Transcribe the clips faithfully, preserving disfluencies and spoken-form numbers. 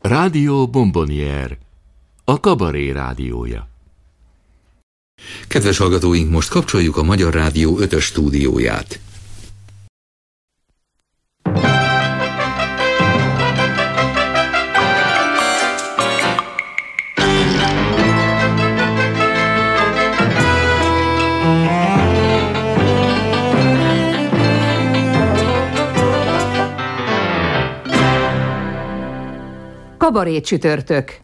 Rádió Bombonier, a kabaré rádiója. Kedves hallgatóink, most kapcsoljuk a Magyar Rádió ötös stúdióját. Kabaré csütörtök.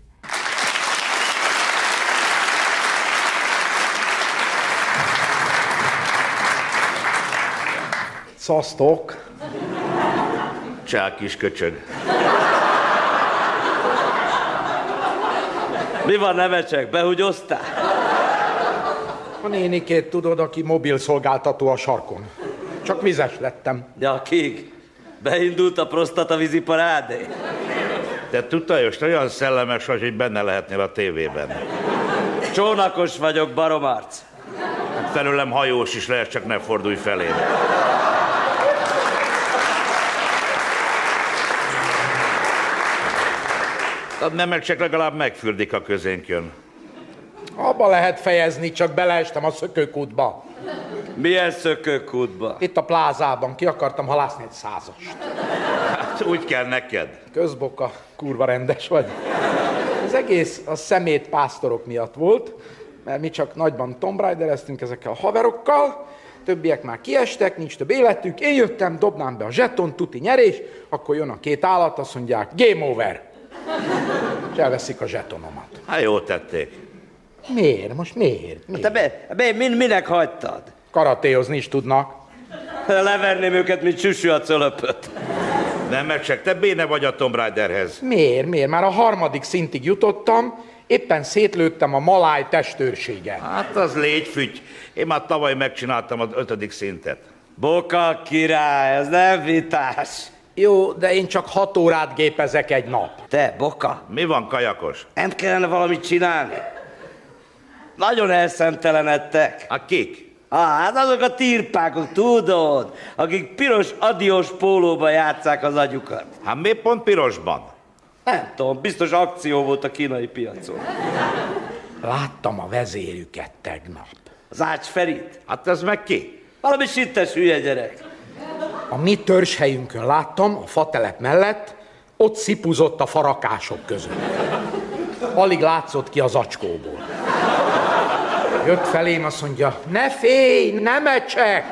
Szasztok! Csá, kis köcsög. Mi van, nevecsek? Behúgyoztál? A nénikét tudod, aki mobil szolgáltató a sarkon. Csak vizes lettem. Ja, kik? Beindult a prostata víziparádé? Te tudtajos, olyan szellemes vagy, hogy benne lehetnél a tévében. Csónakos vagyok, baromarc. Felőlem hajós is lehet, csak ne fordulj felém. A nemecsek legalább megfürdik, a közénkön. Abba lehet fejezni, csak beleestem a szökőkútba. Milyen szökőkútba? Itt a plázában, ki akartam halászni egy százast. Hát úgy kell neked. Közboka, kurva rendes vagy. Az egész a szemét pásztorok miatt volt, mert mi csak nagyban Tomb Raidereztünk ezekkel a haverokkal, többiek már kiestek, nincs több életük, én jöttem, dobnám be a zseton, tuti nyerés, akkor jön a két állat, azt mondják, game over. És elveszik a zsetonomat. Hát jó tették. Miért? Most miért? miért? Te be, be, min, minek hagytad? Karatéozni is tudnak. Leverném őket, mint csüssű a cölöpöt. Nemecsek, te béne vagy a Tomb Raiderhez. Miért? Miért? Már a harmadik szintig jutottam, éppen szétlőttem a maláj testőrséget. Hát az légy füty. Én már tavaly megcsináltam az ötödik szintet. Boka király, ez nem vitás. Jó, de én csak hat órát gépezek egy nap. Te, Boka, Mi van, kajakos? nem kellene valamit csinálni? Nagyon elszemtelenedtek. A kik? Ah, hát azok a tirpákok, tudod, akik piros adiós pólóba játsszák az agyukat. Hát miért pont pirosban? Nem tudom, biztos akció volt a kínai piacon. Láttam a vezérüket tegnap. Az Ács Ferit? Hát ez meg ki? Valami sittes hülye gyerek. A mi törzshelyünkön láttam, a fatelep mellett, ott szipuzott a farakások között. Alig látszott ki az acskóból. Jött felém, azt mondja, ne félj, ne mecsek!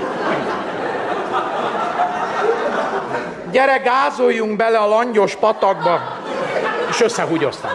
Gyere, gázoljunk bele a langyos patakba, és összehúgyoztam.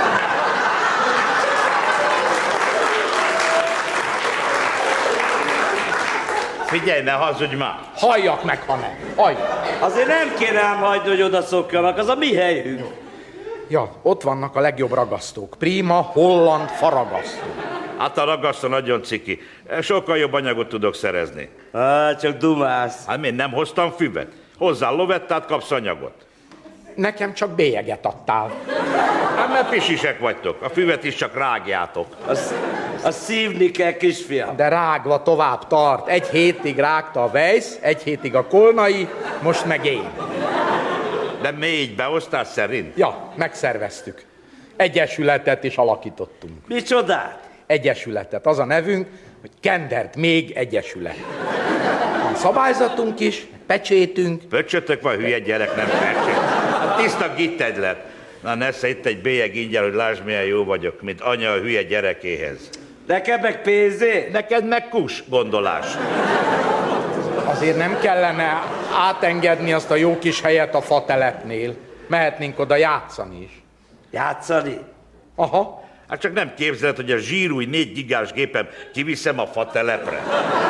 Figyelj, ne hazudj már! Halljak meg, ha nem. Halljak. Azért nem kéne ám hagyni, hogy oda szokjanak, az a mi helyünk. Ja, ott vannak a legjobb ragasztók. Prima, holland faragasztó. Hát a ragasztó nagyon ciki. Sokkal jobb anyagot tudok szerezni. Hát, csak dumász. Hát miért nem hoztam füvet? Hozzá lovettát, kapsz anyagot. Nekem csak bélyeget adtál. Hát mert pisisek vagytok. A füvet is csak rágjátok. Az, az szívni kell, kisfiam. De rágva tovább tart. Egy hétig rágta a Weiss, egy hétig a Kolnai, most meg én. De négy beosztás szerint? Ja, megszerveztük. Egyesületet is alakítottunk. Micsodát? Egyesületet. Az a nevünk, hogy Kendert még egyesület. Van szabályzatunk is, pecsétünk. Pöcsötök van, hülye gyerek, nem pecsét. Hát tiszta gitted lett. Na nesze itt egy bélyeg ingyen, hogy lásd, milyen jó vagyok, mint anya a hülye gyerekéhez. Neked meg pénzé? Neked meg kus gondolás. Azért nem kellene átengedni azt a jó kis helyet a fatelepnél. Mehetnénk oda játszani is. Játszani? Aha. Hát csak nem képzeled, hogy a zsírúj négy gigás gépem kiviszem a fatelepre.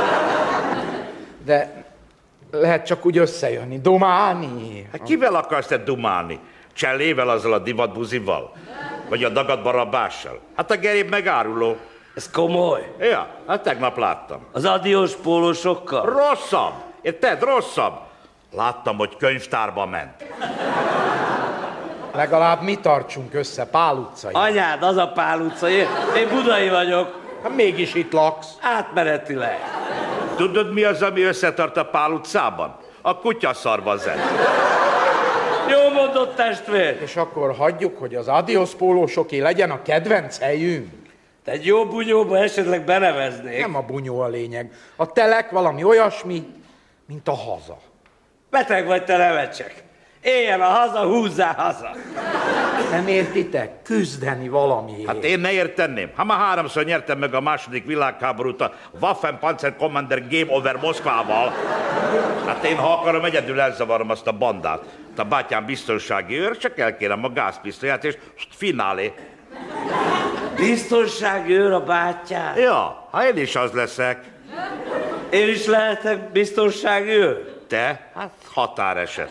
De lehet csak úgy összejönni. Dumálni. Hát kivel akarsz te dumálni? Csellével, azzal a divatbuzival? Vagy a dagad barabással? Hát a geréb megáruló. Ez komoly. Ja, hát tegnap láttam. Az adiós pólósokkal? Rosszabb! Érted? Rosszabb! Láttam, hogy könyvtárba ment. Legalább mi tartsunk össze, Pál utcai. Anyád, az a Pál utca, én, én budai vagyok. Hát mégis itt laksz. Átmenetileg. Tudod, mi az, ami összetart a Pál utcában? A kutyaszarvazet. Jó mondott, testvér. És akkor hagyjuk, hogy az Adios pólósoké legyen a kedvenc helyünk. Te egy jó bunyóba esetleg beneveznék. Nem a bunyó a lényeg. A telek valami olyasmi, mint a haza. Beteg vagy, te levecsek. Éljen a haza, húzzál haza. Nem értitek? Küzdeni valamiért. Hát én ne érteném. Ha már háromszor nyertem meg a második világháborút a Waffen-Panzer Commander Game Over Moszkvával. Hát én, ha akarom, egyedül elzavarom azt a bandát. A bátyám biztonsági őr, csak elkérem a gázpisztolyát, és finálé. Biztonsági őr a bátyám? Ja, ha én is az leszek. Én is lehetek biztonsági őr? Te? Hát határeset.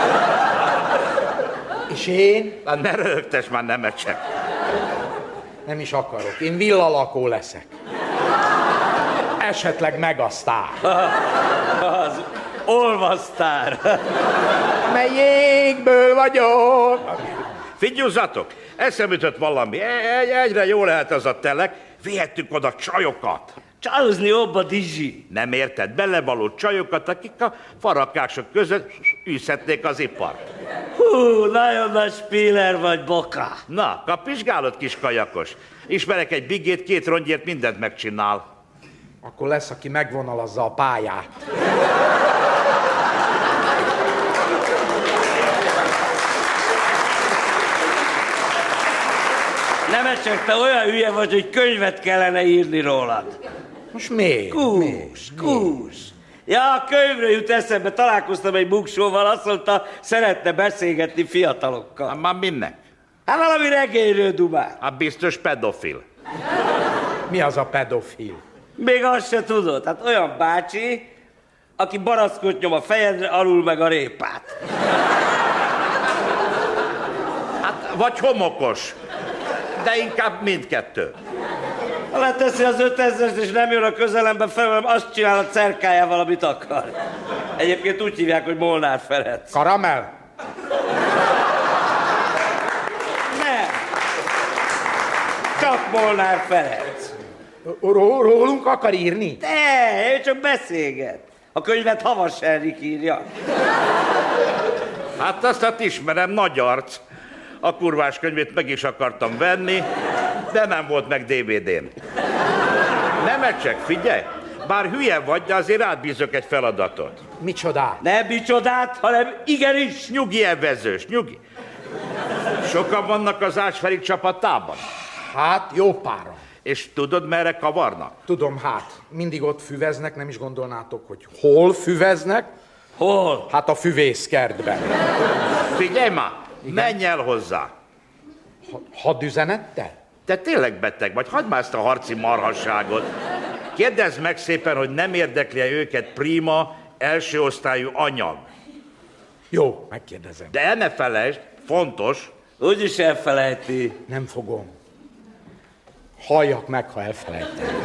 És én? Hát ne röhögtes már, nemet sem. Nem is akarok. Én villalakó leszek. Esetleg megasztár. Az olvasztár. Mely jégből vagyok. Figyelzatok, eszem ütött valami. Egy, egyre jó lehet az a telek. Vihettük oda csajokat. Csajozni jobb a dizsi. Nem érted? Belevaló csajokat, akik a farakások között űzhetnék az ipart. Hú, nagyon nagy spíler vagy, boka. Na, kapizsgálod, kis kajakos. Ismerek egy bigét, két rongyért mindent megcsinál. Akkor lesz, aki megvonalazza a pályát. Nemecsek, te olyan hülye vagy, hogy könyvet kellene írni rólad. Most miért? Kús, miért? kús. Ja, a könyvről jut eszembe, találkoztam egy buksóval, azt mondta, szeretne beszélgetni fiatalokkal. Hát már minek? Hát valami regényről dumál. Hát biztos pedofil. Mi az a pedofil? Még azt se tudod. Hát olyan bácsi, aki barackot nyom a fejedre, alul meg a répát. Hát vagy homokos, de inkább mindkettő. Ha leteszi az ötezres és nem jön a közelembe fel, azt csinál a cerkájával, amit akar. Egyébként úgy hívják, hogy Molnár Ferenc. Karamell? Nem. Csak Molnár Ferenc. Ró- Rólunk akar írni? De, ő csak beszélget. A könyvet Havas Henrik írja. Hát azt hát ismerem, nagy arc. A kurvás könyvét meg is akartam venni, de nem volt meg dé vé dén. Nemecsek, figyelj! Bár hülye vagy, de azért átbízok egy feladatot. Micsodát? Nem micsodát, hanem igenis. Nyugi, evezős, nyugi. Sokan vannak az Ásferik csapatában. Hát, jó pára. És tudod, merre kavarnak? Tudom, hát, mindig ott füveznek, nem is gondolnátok, hogy hol füveznek? Hol? Hát a füvészkertben. Figyelj már, menj el hozzá. Ha- Hadüzenettel? Te tényleg beteg vagy, hagyd már ezt a harci marhasságot. Kérdezd meg szépen, hogy nem érdekli őket prima, első osztályú anyag. Jó, megkérdezem. De el ne felejtsd, fontos. Úgyis elfelejti. Nem fogom. Halljak meg, ha elfelejtem.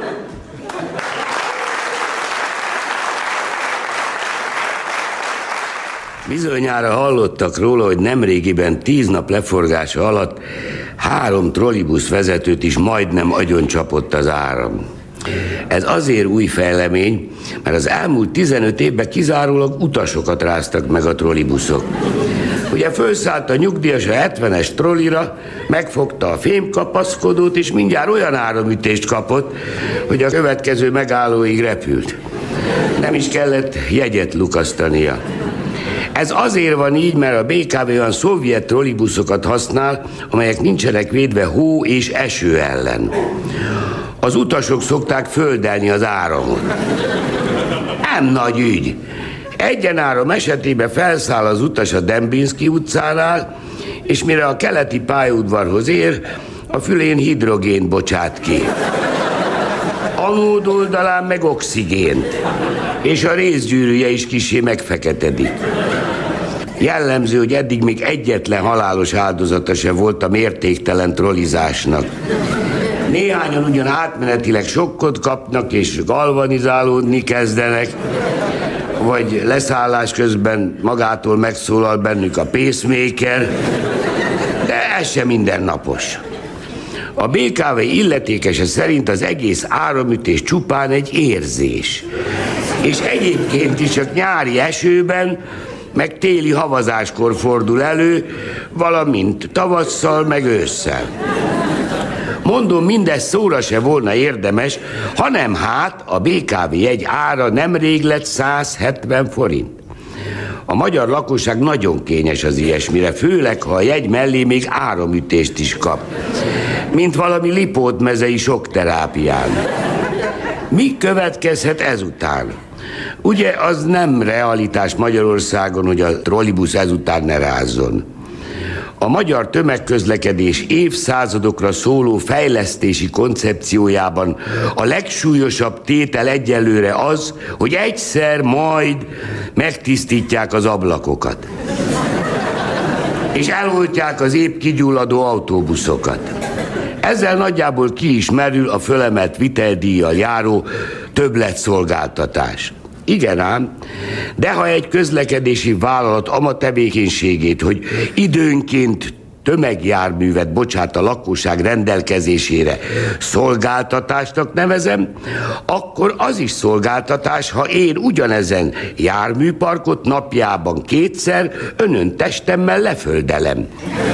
Bizonyára hallottak róla, hogy nemrégiben tíz nap leforgása alatt három trollibusz vezetőt is majdnem agyoncsapott az áram. Ez azért új fejlemény, mert az elmúlt tizenöt évben kizárólag utasokat ráztak meg a trollibuszok. Ugye fölszállt a nyugdíjas a hetvenes trollira, megfogta a fémkapaszkodót, és mindjárt olyan áramütést kapott, hogy a következő megállóig repült. Nem is kellett jegyet lukasztania. Ez azért van így, mert a bé ká vé olyan szovjet trollibuszokat használ, amelyek nincsenek védve hó és eső ellen. Az utasok szokták földelni az áramot. Nem nagy ügy. Egyenáram esetében felszáll az utas a Dembinski utcánál, és mire a keleti pályaudvarhoz ér, a fülén hidrogént bocsát ki. Anód oldalán meg oxigént, és a részgyűrűje is kissé megfeketedik. Jellemző, hogy eddig még egyetlen halálos áldozata se volt a mértéktelen trollizásnak. Néhányan ugyan átmenetileg sokkot kapnak és galvanizálódni kezdenek, vagy leszállás közben magától megszólal bennük a pacemaker, de ez sem mindennapos. A bé ká vé illetékese szerint az egész áramütés csupán egy érzés. És egyébként is csak nyári esőben, meg téli havazáskor fordul elő, valamint tavasszal, meg ősszel. Mondom, mindez szóra se volna érdemes, hanem hát a bé ká vé jegy ára nemrég lett száz hetven forint. A magyar lakosság nagyon kényes az ilyesmire, főleg, ha a jegy mellé még áramütést is kap. Mint valami lipótmezei sokterápián. Mi következhet ezután? Ugye az nem realitás Magyarországon, hogy a trollibusz ezután ne rázzon. A magyar tömegközlekedés évszázadokra szóló fejlesztési koncepciójában a legsúlyosabb tétel egyelőre az, hogy egyszer majd megtisztítják az ablakokat. És eloltják az épp kigyulladó autóbuszokat. Ezzel nagyjából ki is merül a fölemelt viteldíjjal járó többletszolgáltatás. Igen ám, de ha egy közlekedési vállalat ama tevékenységét, hogy időnként tömegjárművet bocsát a lakosság rendelkezésére, szolgáltatásnak nevezem, akkor az is szolgáltatás, ha én ugyanezen járműparkot napjában kétszer önön testemmel leföldelem.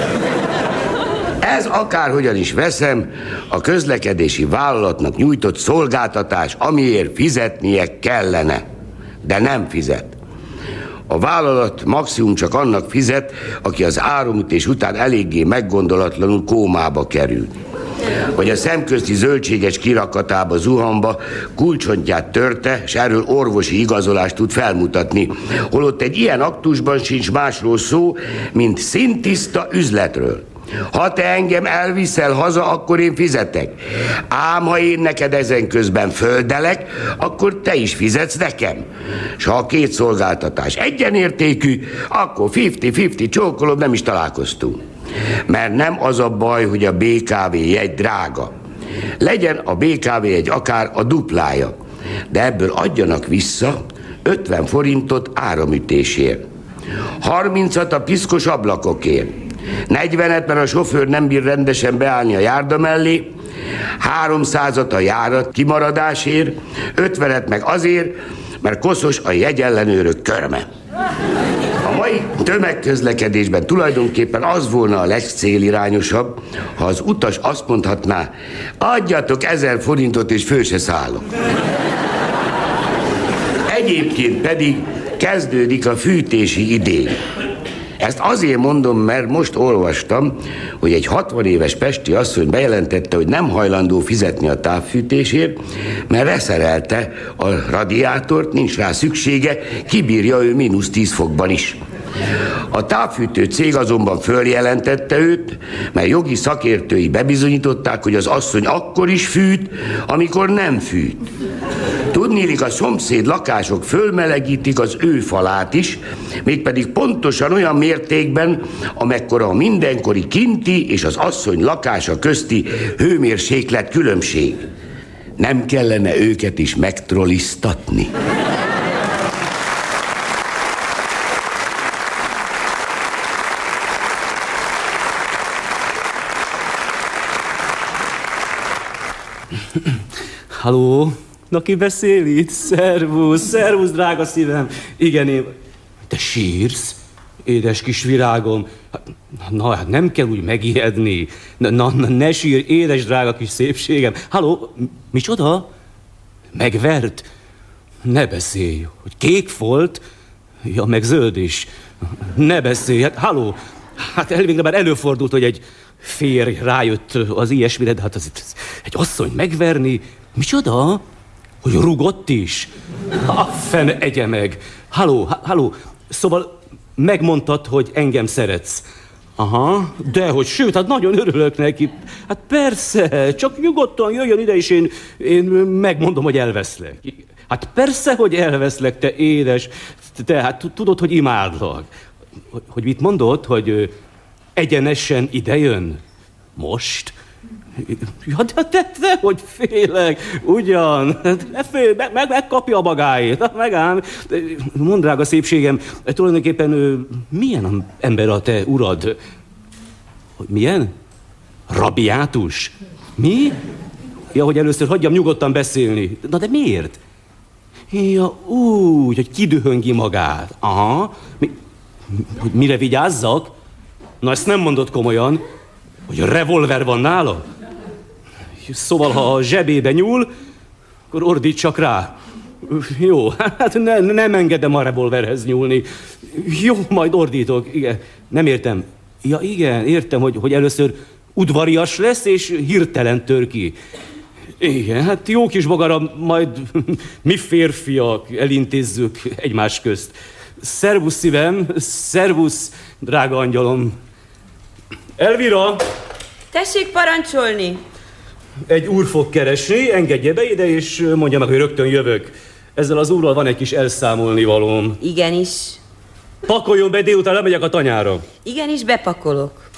Ez akárhogyan is veszem, a közlekedési vállalatnak nyújtott szolgáltatás, amiért fizetnie kellene, de nem fizet. A vállalat maximum csak annak fizet, aki az áramütés után eléggé meggondolatlanul kómába kerül. Vagy a szemközti zöldséges kirakatába zuhanva kulcsontját törte, s erről orvosi igazolást tud felmutatni, holott egy ilyen aktusban sincs másról szó, mint szintiszta üzletről. Ha te engem elviszel haza, akkor én fizetek. Ám ha én neked ezen közben földelek, akkor te is fizetsz nekem. S ha a két szolgáltatás egyenértékű, akkor fifty-fifty csókolom, nem is találkoztunk. Mert nem az a baj, hogy a bé ká vé jegy drága. Legyen a bé ká vé jegy akár a duplája, de ebből adjanak vissza ötven forintot áramütésért, harmincat a piszkos ablakokért, negyvenet, mert a sofőr nem bír rendesen beállni a járda mellé, háromszázat a járat kimaradásért, ötvenet meg azért, mert koszos a jegyellenőrök körme. A mai tömegközlekedésben tulajdonképpen az volna a legcélirányosabb, ha az utas azt mondhatná, adjatok ezer forintot és föl se szállok. Egyébként pedig kezdődik a fűtési idény. Ezt azért mondom, mert most olvastam, hogy egy hatvan éves pesti asszony bejelentette, hogy nem hajlandó fizetni a távfűtésért, mert leszerelte a radiátort, nincs rá szüksége, kibírja ő mínusz tíz fokban is. A távfűtő cég azonban följelentette őt, mert jogi szakértői bebizonyították, hogy az asszony akkor is fűt, amikor nem fűt. Tudniillik, a szomszéd lakások fölmelegítik az ő falát is, mégpedig pontosan olyan mértékben, amekkora a mindenkori kinti és az asszony lakása közti hőmérséklet különbség. Nem kellene őket is megtrollisztatni? Halló? Na, ki beszél itt? Szervusz, szervusz, drága szívem. Igen, én... Te sírsz? Édes kis virágom. Na, hát nem kell úgy megijedni. Na, na, ne sírj, édes, drága kis szépségem. Halló, micsoda? Megvert? Ne beszélj, hogy kék volt? Ja, meg zöld is. Ne beszélj, hát halló. Hát elvégre már előfordult, hogy egy férj rájött az ilyesmire, de hát az itt egy asszony megverni. Micsoda? Hogy rugott is? A fene egye meg. Halló, halló, szóval megmondtad, hogy engem szeretsz. Aha, dehogy, sőt, hát nagyon örülök neki. Hát persze, csak nyugodtan jöjjön ide, és én, én megmondom, hogy elveszlek. Hát persze, hogy elveszlek, te édes. Te, hát tudod, hogy imádlak. Hogy mit mondod, hogy egyenesen idejön? Most? Ja, de te, te, hogy félek, ugyan, ne fél, meg, meg, megkapja a magáét, megám. Mondd, drága szépségem, tulajdonképpen milyen ember a te urad? Milyen? Rabiátus? Mi? Ja, hogy először hagyjam nyugodtan beszélni. Na de miért? Ja, úgy, hogy kidühöngi magát. Aha. Mi, Hogy mire vigyázzak? Na, ezt nem mondod komolyan, hogy a revolver van nála? Szóval, ha a zsebébe nyúl, akkor ordíts csak rá. Jó, hát ne, nem engedem a revolverhez nyúlni. Jó, majd ordítok. Igen, nem értem. Ja, igen, értem, hogy, hogy először udvarias lesz, és hirtelen tör ki. Igen, hát jó kis bogaram, majd mi férfiak elintézzük egymás közt. Szervusz szívem, szervusz, drága angyalom. Elvira! Tessék parancsolni! Egy úr fog keresni, engedje be ide, és mondja meg, hogy rögtön jövök. Ezzel az úrral van egy kis elszámolni valóm. Igenis. Pakoljon be, délután lemegyek a tanyára. Igenis, bepakolok.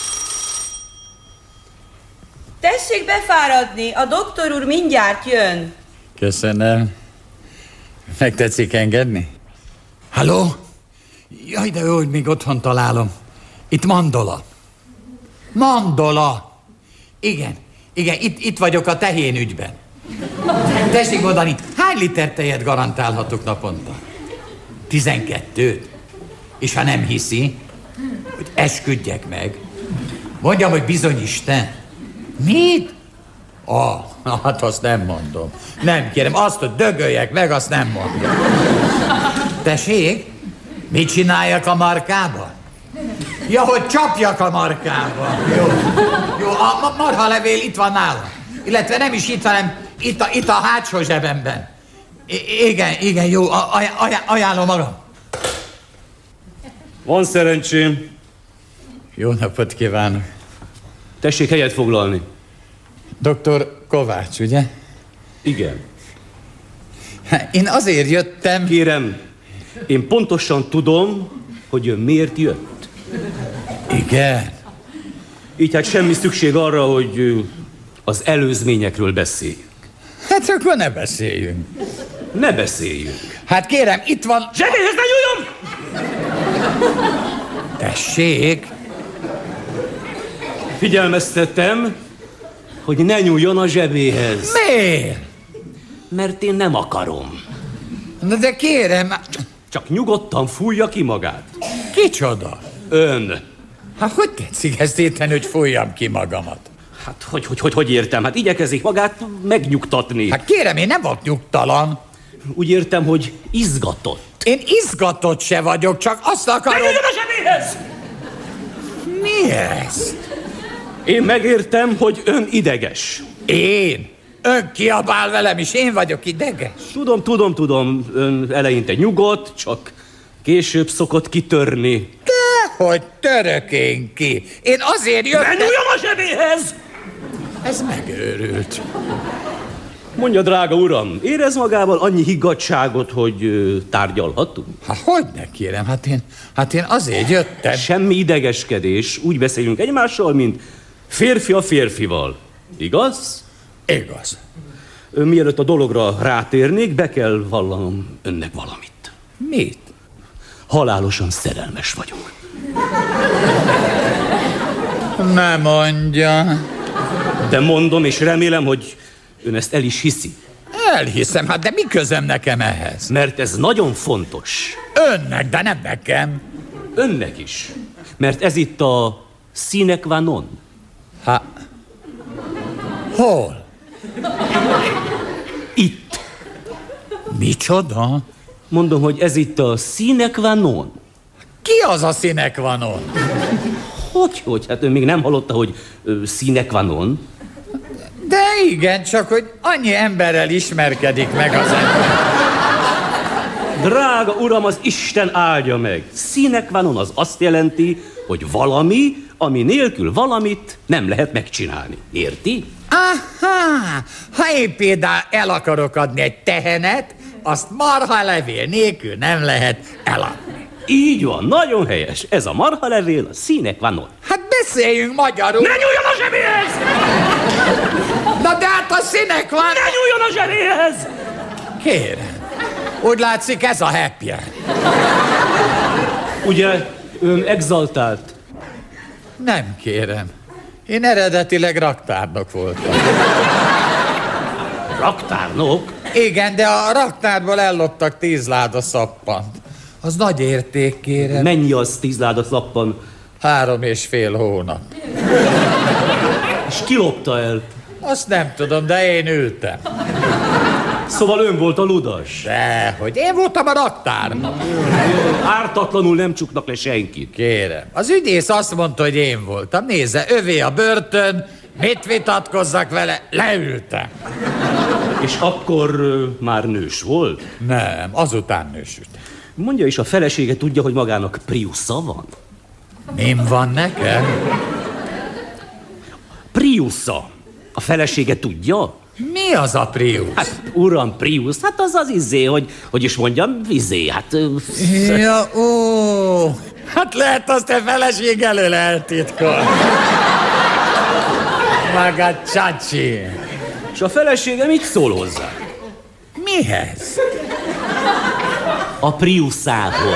Tessék befáradni, a doktor úr mindjárt jön. Köszönöm. Meg tetszik engedni? Halló? Jaj, de jó, hogy még otthon találom. Itt Mandola. Mandola! Igen, igen, itt, itt vagyok a tehén ügyben. Tessék mondani, hány liter tejet garantálhatok naponta? Tizenkettőt? És ha nem hiszi, hogy esküdjek meg, mondjam, hogy bizony Isten. Mit? Ah, hát azt nem mondom. Nem kérem, azt, hogy dögöljek meg, azt nem mondom. Tessék, mit csináljak a markában? Ja, hogy csapjak a markában. Jó, jó, a marhalevél itt van nálam. Illetve nem is itt, hanem itt a, itt a hátsó zsebemben. I- igen, igen, jó, aj- aj- ajánlom magam. Van szerencsém. Jó napot kívánok. Tessék helyet foglalni. doktor Kovács, ugye? Igen. Én azért jöttem... Kérem, én pontosan tudom, hogy ön miért jött. Igen. Így hát semmi szükség arra, hogy az előzményekről beszéljünk. Hát akkor ne beszéljünk. Ne beszéljünk. Hát kérem, itt van... Zsebéhez ne nyúljon! Tessék! Figyelmeztettem, hogy ne nyúljon a zsebéhez. Miért? Mert én nem akarom. Na de kérem... Csak nyugodtan fújja ki magát. Kicsoda? Ön. Hát hogy tetszik ezt érteni, hogy fújjam ki magamat? Hát hogy, hogy, hogy, hogy értem? Hát igyekezik magát megnyugtatni. Hát kérem, én nem vagyok nyugtalan. Úgy értem, hogy izgatott. Én izgatott se vagyok, csak azt akarom... Ne nyúljon a zsebéhez! Mi ez? Én megértem, hogy ön ideges. Én? Ön kiabál velem is, én vagyok ideges. Tudom, tudom, tudom, ön eleinte nyugodt, csak később szokott kitörni. Dehogy török én ki. Én azért jöttem... Ne nyúljon a zsebéhez! Ez megőrült. Mondja, drága uram, érez magával annyi higgadtságot, hogy ö, tárgyalhatunk? Hát hogyne kérem, hát én, hát én azért jöttem... Semmi idegeskedés, úgy beszélünk egymással, mint férfi a férfival. Igaz? Igaz. Ö, mielőtt a dologra rátérnék, be kell vallanom önnek valamit. Mit? Halálosan szerelmes vagyok. Ne mondja. De mondom, és remélem, hogy ön ezt el is hiszi. Elhiszem, hát de mi közöm nekem ehhez? Mert ez nagyon fontos. Önnek, de nem nekem. Önnek is. Mert ez itt a sine qua non. Hát... Hol? Itt. Micsoda? Mondom, hogy ez itt a sine qua non. Ki az a sine qua non? Hogy, hogy? Hát ön még nem hallotta, hogy ö, sine qua non? De igen, csak hogy annyi emberrel ismerkedik meg az ember. Drága uram, az Isten áldja meg. Sine qua non az azt jelenti, hogy valami, ami nélkül valamit nem lehet megcsinálni. Érti? Aha! Ha én például el akarok adni egy tehenet, azt marhalevél nélkül nem lehet eladni. Így van, nagyon helyes. Ez a marhalevél a sine qua non. Hát beszéljünk magyarul. Ne nyúljon a zsebéhez! Na de hát a sine qua non... Ne nyúljon a zsebéhez! Kérem. Úgy látszik, ez a happy end. Ugye ön exaltált? Nem kérem. Én eredetileg raktárnok voltam. Raktárnok? Igen, de a raktárból elloptak tíz láda szappant. Az nagy érték, kérem. Mennyi az tíz ládat lappan? Három és fél hónap. És ki lopta el? Azt nem tudom, de én ültem. Szóval ön volt a ludas? Dehogy, én voltam a raktárnak. Ártatlanul nem csuknak le senkit. Kérem, az ügyész azt mondta, hogy én voltam. Nézze, övé a börtön, mit vitatkozzak vele, leültem. És akkor uh, már nős volt? Nem, azután nősült. Mondja is, a felesége tudja, hogy magának Priusza van? Mim van nekem? Priusza. A felesége tudja? Mi az a Prius? Hát, uram, Prius, hát az az izé, hogy, hogy is mondjam, izé, hát... Ja, ó, hát lehet azt te feleség elől eltitkol. Maga csácsi. És a felesége mit szól hozzá? Mihez? A Priuszához.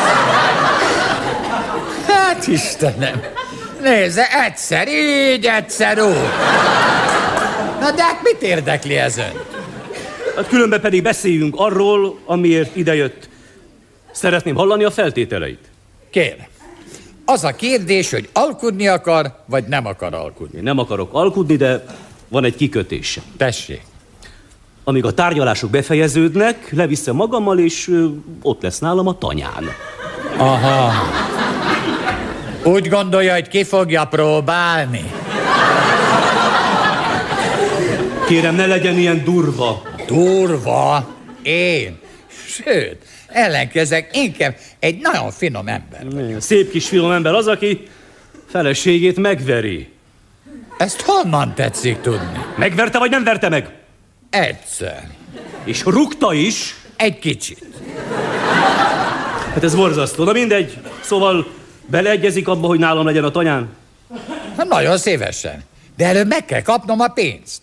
Hát Istenem, nézze, egyszer így, egyszer úgy. Na de hát mit érdekli ez ön? Hát különben pedig beszéljünk arról, amiért idejött. Szeretném hallani a feltételeit. Kérem. Az a kérdés, hogy alkudni akar, vagy nem akar alkudni. Én nem akarok alkudni, de van egy kikötése. Tessék. Amíg a tárgyalások befejeződnek, leviszem magammal, és ö, ott lesz nálam a tanyán. Aha. Úgy gondolja, hogy ki fogja próbálni? Kérem, ne legyen ilyen durva. Durva? Én? Sőt, ellenkezek, inkább egy nagyon finom ember. Szép kis finom ember az, aki feleségét megveri. Ezt honnan tetszik tudni? Megverte, vagy nem verte meg? Egyszer. És rúgta is? Egy kicsit. Hát ez borzasztó. Na mindegy. Szóval beleegyezik abba, hogy nálam legyen a tanyán? Hát nagyon szívesen. De előbb meg kell kapnom a pénzt.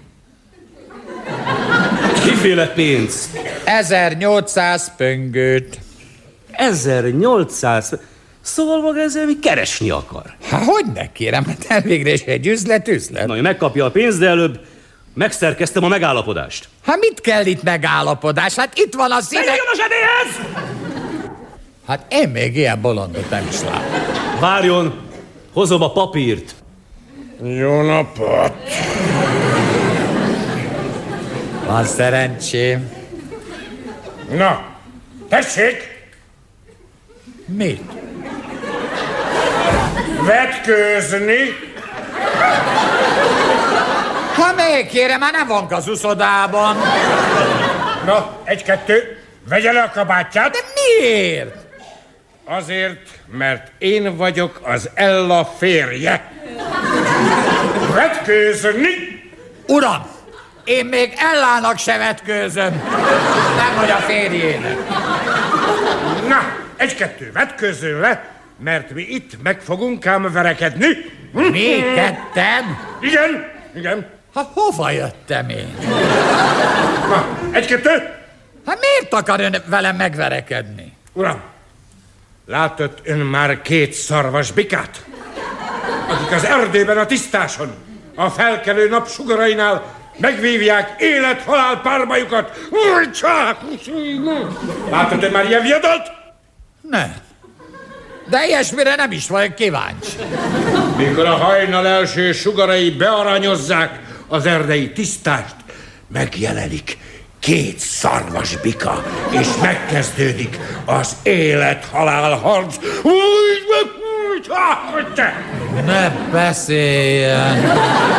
Miféle pénzt? ezernyolcszáz pöngőt. ezernyolcszáz? Szóval maga ezzel mi keresni akar? Hát hogyne kérem, hát elvégre is egy üzlet, üzlet. Na, hogy megkapja a pénzt, de előbb megszerkeztem a megállapodást. Hát mit kell itt megállapodás? Hát itt van a színe... Menjön a zsebéhez! Hát én még ilyen bolondot nem is látom. Várjon, hozom a papírt. Jó napot! Van szerencsém. Na, tessék! Mit? Vetkőzni? Ha még kérem, már nem van az uszodában. Na, egy-kettő, vegye le a kabátját. De miért? Azért, mert én vagyok az Ella férje. Vetkőzni? Uram, én még Ellának se vetkőzöm. Nem, hogy a férjének. Na, egy-kettő, vetkőzzön le, mert mi itt meg fogunk ám verekedni. Mi ketten? Igen, igen. Hát hova jöttem én? Na, egy-kettő. Hát miért akar ön velem megverekedni? Uram, látott ön már két szarvas bikát? Akik az erdőben a tisztáson, a felkelő nap sugarainál megvívják élet-halál párbajukat. Látott ön már ilyen viadalt? Nem. De ilyesmire nem is vagyok kíváncsi. Mikor a hajnal első sugarai bearanyozzák az erdei tisztást, megjelenik két szarvas bika, és megkezdődik az élet-halál harc. Ne beszéljen.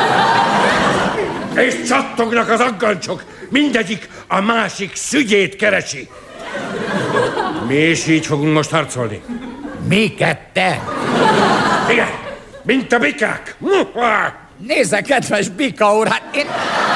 És csattognak az aggancsok, mindegyik a másik szügyét keresi. Mi is így fogunk most harcolni. Mi ketten? Igen, mint a bikák. Nézze, kedves bika úr, hát én...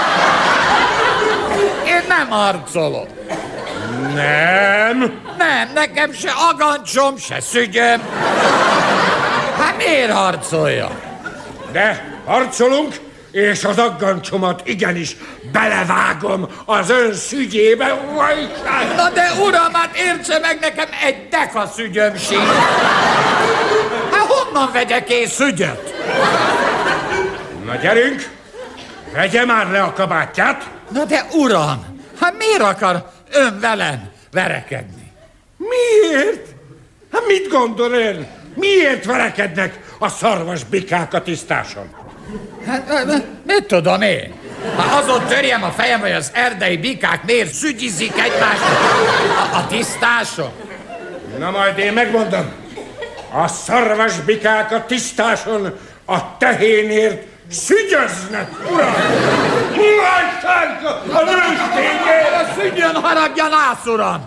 Én nem harcolok. Nem? Nem, nekem se agancsom, se szügyöm. Hát miért harcolja? De harcolunk, és az aggancsomat igenis belevágom az ön szügyébe. Na de uram, hát értse meg, nekem egy deka szügyöm sincs. Hát honnan vegyek én szügyöt? Na gyerünk, vegye már le a kabátját. Na de uram, hát miért akar ön velem verekedni? Miért? Hát mit gondol ön? Miért verekednek a szarvas bikák a tisztáson? Hát, mit tudom én? Ha azon törjem a fejem, hogy az erdei bikák miért szügyizik egymást a, a tisztáson? Na majd én megmondom. A szarvas bikák a tisztáson a tehénért szügyöznek, uram! Lássák a nőstényért! A szügyön haragja, nász, uram!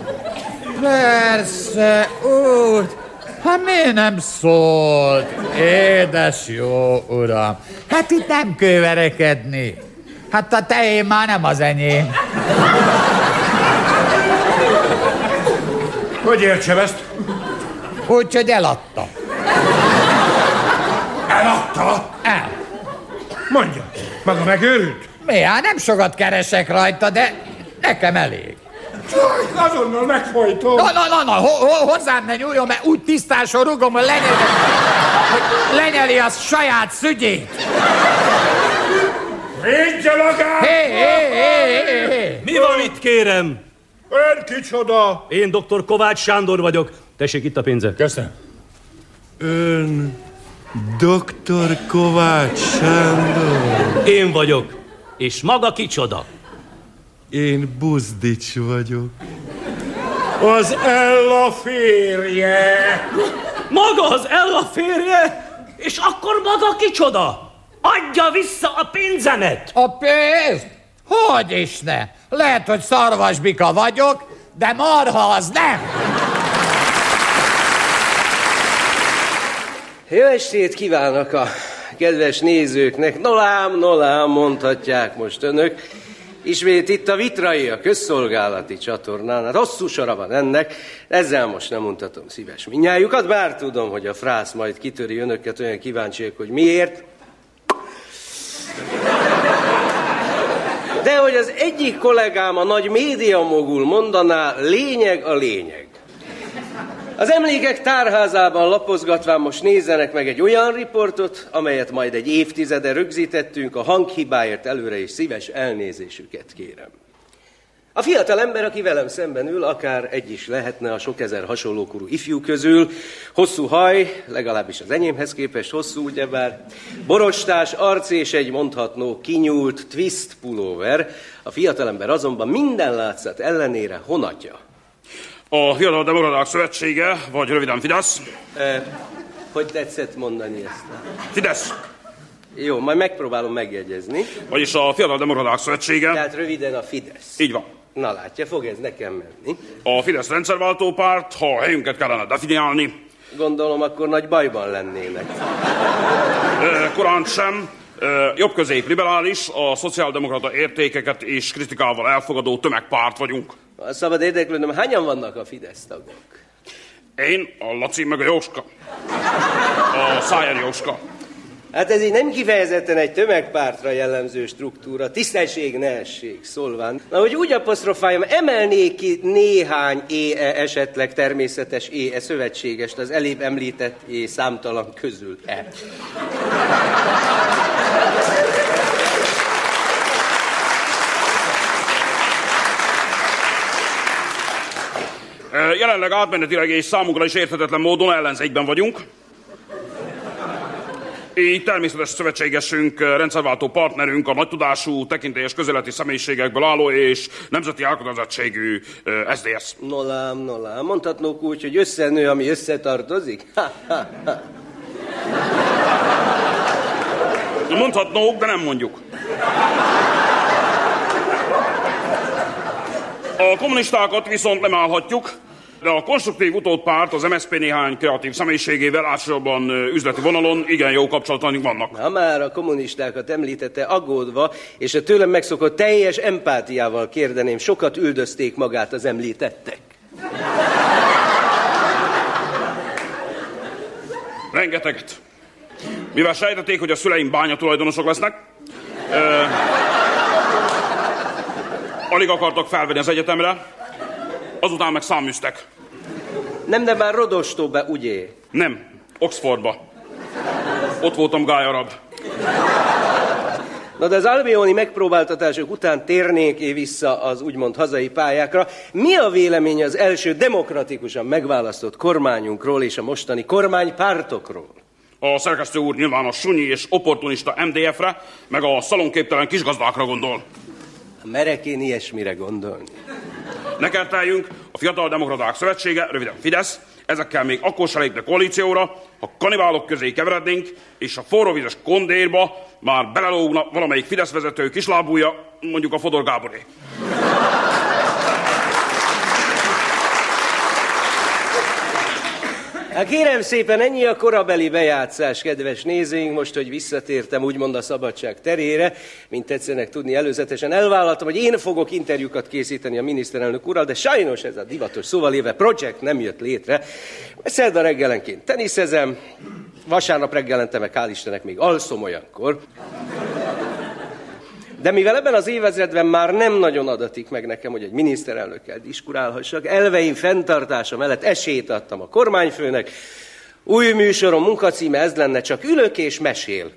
Persze, úgy. Hát miért nem szólt? Édes jó uram. Hát itt nem kőverekedni. Hát a tehén már nem az enyém. Hogy értsem ezt? Úgyhogy eladta. Eladta? El. Mondja, maga megőrült? Mi? Hát nem sokat keresek rajta, de nekem elég. Csak azonnal megfojtom. Na, na, na, na, ho, ho, hozzám ne nyúljon, mert úgy tisztáson rugom, hogy lenyeli, hogy lenyeli a saját szügyét. Védje magát! Hé, hé, hé, hé, hé. Mi van itt, kérem? Ön kicsoda? Én doktor Kovács Sándor vagyok. Tessék, itt a pénze. Köszönöm. Ön doktor Kovács Sándor. Én vagyok. És maga kicsoda? Én Buzdics vagyok. Az Ella férje. Maga az Ella férje? És akkor maga kicsoda? Adja vissza a pénzemet! A pénzt? Hogy is ne? Lehet, hogy szarvasbika vagyok, de marha az nem! Jó estét kívánok a kedves nézőknek. Nolám, nolám, mondhatják most önök. Ismét itt a Vitrai, a közszolgálati csatornán. Hát hosszú sora van ennek, ezzel most nem mutatom szíves mindnyájukat, bár tudom, hogy a frász majd kitöri önöket, olyan kíváncsiak, hogy miért. De hogy az egyik kollégám, a nagy médiamogul mondaná, lényeg a lényeg. Az emlékek tárházában lapozgatván most nézzenek meg egy olyan riportot, amelyet majd egy évtizede rögzítettünk, a hanghibáért előre is szíves elnézésüket kérem. A fiatal ember, aki velem szemben ül, akár egy is lehetne a sok ezer hasonlókorú ifjú közül, hosszú haj, legalábbis az enyémhez képest hosszú, ugyebár, borostás arc és egy mondhatnó kinyúlt twist pulóver, a fiatalember azonban minden látszat ellenére honatja. A Fiatal Demokraták Szövetsége, vagy röviden Fidesz. E, hogy tetszett mondani ezt? Fidesz. Jó, majd megpróbálom megjegyezni. Vagyis a Fiatal Demokraták Szövetsége. Tehát röviden a Fidesz. Így van. Na látja, fog ez nekem menni. A Fidesz rendszerváltó párt, ha a helyünket kellene definiálni. Gondolom, akkor nagy bajban lennének. E, korán sem. E, jobb-közép liberális, a szociáldemokrata értékeket és kritikával elfogadó tömegpárt vagyunk. Szabad érdeklődnöm, hányan vannak a Fidesz tagok? Én, a Laci, meg a Jóska. A Szájer Jóska. Hát ez így nem kifejezetten egy tömegpártra jellemző struktúra, tisztesség, nehesség szólván. Na, hogy úgy apostrofáljam, emelnék ki néhány é-e esetleg természetes é-e szövetségest az elébb említett é számtalan közül. E. Jelenleg átmenetileg és számunkra is érthetetlen módon ellenzékben vagyunk. Így természetes szövetségesünk, rendszerváltó partnerünk a nagytudású, tekintélyes közéleti személyiségekből álló és nemzeti elkötelezettségű es zé es. Nolám, nolám. Mondhatnók úgy, hogy összenő, ami összetartozik? Ha, ha, ha. Mondhatnók, de nem mondjuk. A kommunistákat viszont nem állhatjuk, de a konstruktív utódpárt, az em es zé pé néhány kreatív személyiségével, általában üzleti vonalon igen jó kapcsolataink vannak. Ha már a kommunistákat említette, aggódva, és a tőlem megszokott teljes empátiával kérdeném, sokat üldözték magát az említettek? Rengeteget. Mivel sejtették, hogy a szüleim bányatulajdonosok lesznek, ö, alig akartak felvenni az egyetemre, azután meg száműztek. Nem, de már Rodostóba, ugye? Nem, Oxfordba. Ott voltam gályarab. Na de az albioni megpróbáltatások után térnék én vissza az úgymond hazai pályákra. Mi a véleménye az első demokratikusan megválasztott kormányunkról és a mostani kormánypártokról? A szerkesztő úr nyilván a sunyi és opportunista em dé ef-re, meg a szalonképtelen kisgazdákra gondol. Merek én ilyesmire gondolni? Ne kerteljünk, a Fiatal Demokraták Szövetsége, röviden Fidesz, ezekkel még akkor se lépne koalícióra, ha kanibálok közé keverednénk, és a forróvizes kondérba már belelógna valamelyik Fidesz vezető kislábúja, mondjuk a Fodor Gáboré. Hát kérem szépen, ennyi a korabeli bejátszás, kedves nézőink, most, hogy visszatértem úgymond a szabadság terére, mint tetszenek tudni, előzetesen elvállaltam, hogy én fogok interjúkat készíteni a miniszterelnök úrral, de sajnos ez a divatos szóval éve projekt nem jött létre. Szerda reggelenként teniszezem, vasárnap reggelente meg hál' Istennek még alszom olyankor. De mivel ebben az évezredben már nem nagyon adatik meg nekem, hogy egy miniszterelnökkel diskurálhassak, elveim fenntartása mellett esélyt adtam a kormányfőnek. Új műsorom munkacíme ez lenne, csak ülök és mesél.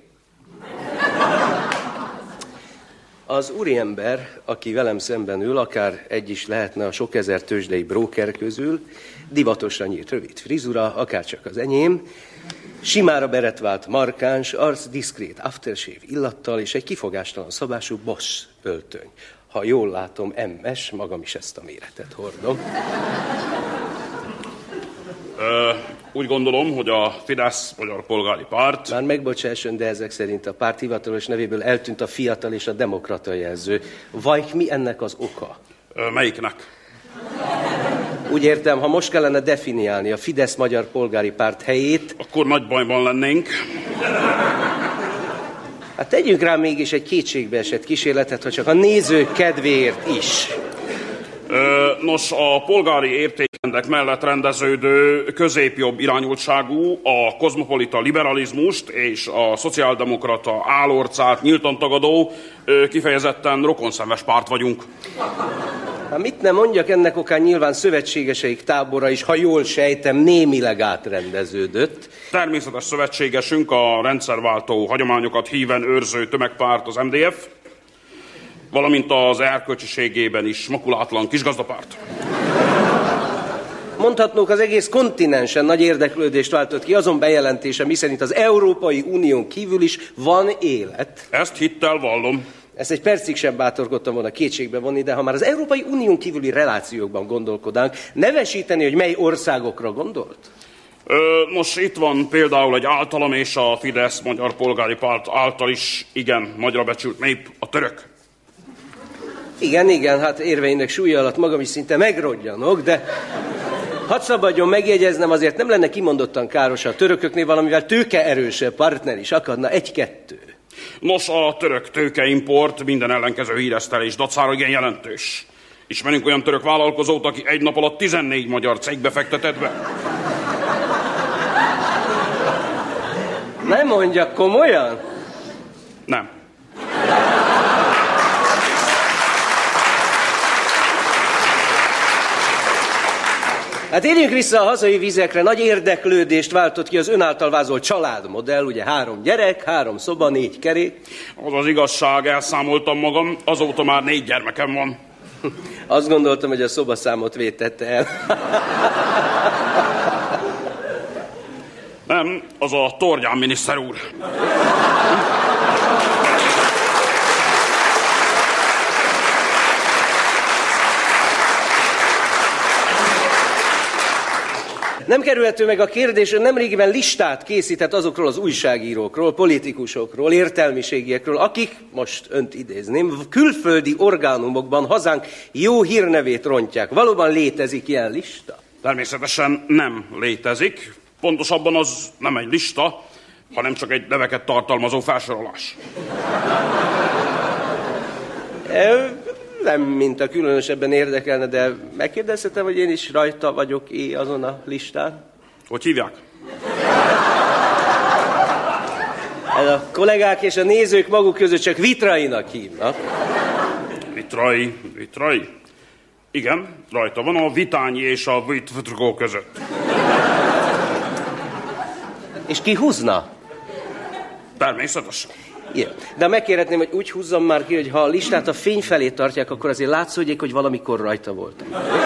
Az úriember, aki velem szemben ül, akár egy is lehetne a sok ezer tőzsdei bróker közül, divatosan nyílt rövid frizura, akár csak az enyém, simára beretvált markáns, arc diszkrét aftershave illattal és egy kifogástalan szabású Boss öltöny. Ha jól látom, em es, magam is ezt a méretet hordom. Ö, úgy gondolom, hogy a Fidesz, Magyar Polgári Párt... Már megbocsásson, de ezek szerint a párt hivatalos nevéből eltűnt a fiatal és a demokrata jelző. Vajk, mi ennek az oka? Ö, melyiknek? Úgy értem, ha most kellene definiálni a Fidesz Magyar Polgári Párt helyét... Akkor nagy bajban lennénk. Hát tegyünk rá mégis egy kétségbeesett kísérletet, ha csak a nézők kedvéért is. Ö, nos, a polgári értékrendek mellett rendeződő középjobb irányultságú, a kozmopolita liberalizmust és a szociáldemokrata álorcát nyíltan tagadó, ö, kifejezetten rokonszenves párt vagyunk. Hát mit nem mondjak, ennek okán nyilván szövetségeseik tábora is, ha jól sejtem, némileg átrendeződött. Természetes szövetségesünk a rendszerváltó hagyományokat híven őrző tömegpárt, az em dé ef, valamint az erkölcsiségében is makulátlan kisgazdapárt. Mondhatnók, az egész kontinensen nagy érdeklődést váltott ki azon bejelentése, miszerint az Európai Unión kívül is van élet. Ezt hittel vallom. Ezt egy percig sem bátorkodtam volna kétségbe vonni, de ha már az Európai Unión kívüli relációkban gondolkodnánk, nevesíteni, hogy mely országokra gondolt? Ö, nos, itt van például egy általam és a Fidesz Magyar Polgári Párt által is igen nagyra becsült nép, a török. Igen, igen, hát érveinek súlya alatt magam is szinte megrodjanok, de hadd szabadjon megjegyeznem, azért nem lenne kimondottan káros a törököknél valamivel tőkeerősebb partner is akadna, egy-kettő. Nos, a török tőkeimport minden ellenkező híresztelés dacára igen jelentős. Ismerünk olyan török vállalkozót, aki egy nap alatt tizennégy magyar cégbe fektetett be. Nem mondjak, komolyan? Nem. Hát érjünk vissza a hazai vizekre. Nagy érdeklődést váltott ki az ön által vázolt családmodell, ugye három gyerek, három szoba, négy kerék. Az az igazság, elszámoltam magam, azóta már négy gyermekem van. Azt gondoltam, hogy a szobaszámot vétette el. Nem, az a Torgyán miniszter úr. Nem kerülhető meg a kérdés, hogy nemrégiben listát készített azokról az újságírókról, politikusokról, értelmiségiekről, akik, most önt idézném, külföldi orgánumokban hazánk jó hírnevét rontják. Valóban létezik ilyen lista? Természetesen nem létezik. Pontosabban az nem egy lista, hanem csak egy neveket tartalmazó felsorolás. Nem, mint a különösebben érdekelne, de megkérdezhetem, hogy én is rajta vagyok-é azon a listán? Hogy hívják? Ez a kollégák és a nézők maguk között csak Vitrainak hívnak. Vitrai, Vitrai? Igen, rajta van a Vitányi és a Vitrgó között. És ki húzna? Természetesen. Igen. De megkérhetném, hogy úgy húzzam már ki, hogy ha a listát a fény felé tartják, akkor azért látszódjék, hogy valamikor rajta voltam.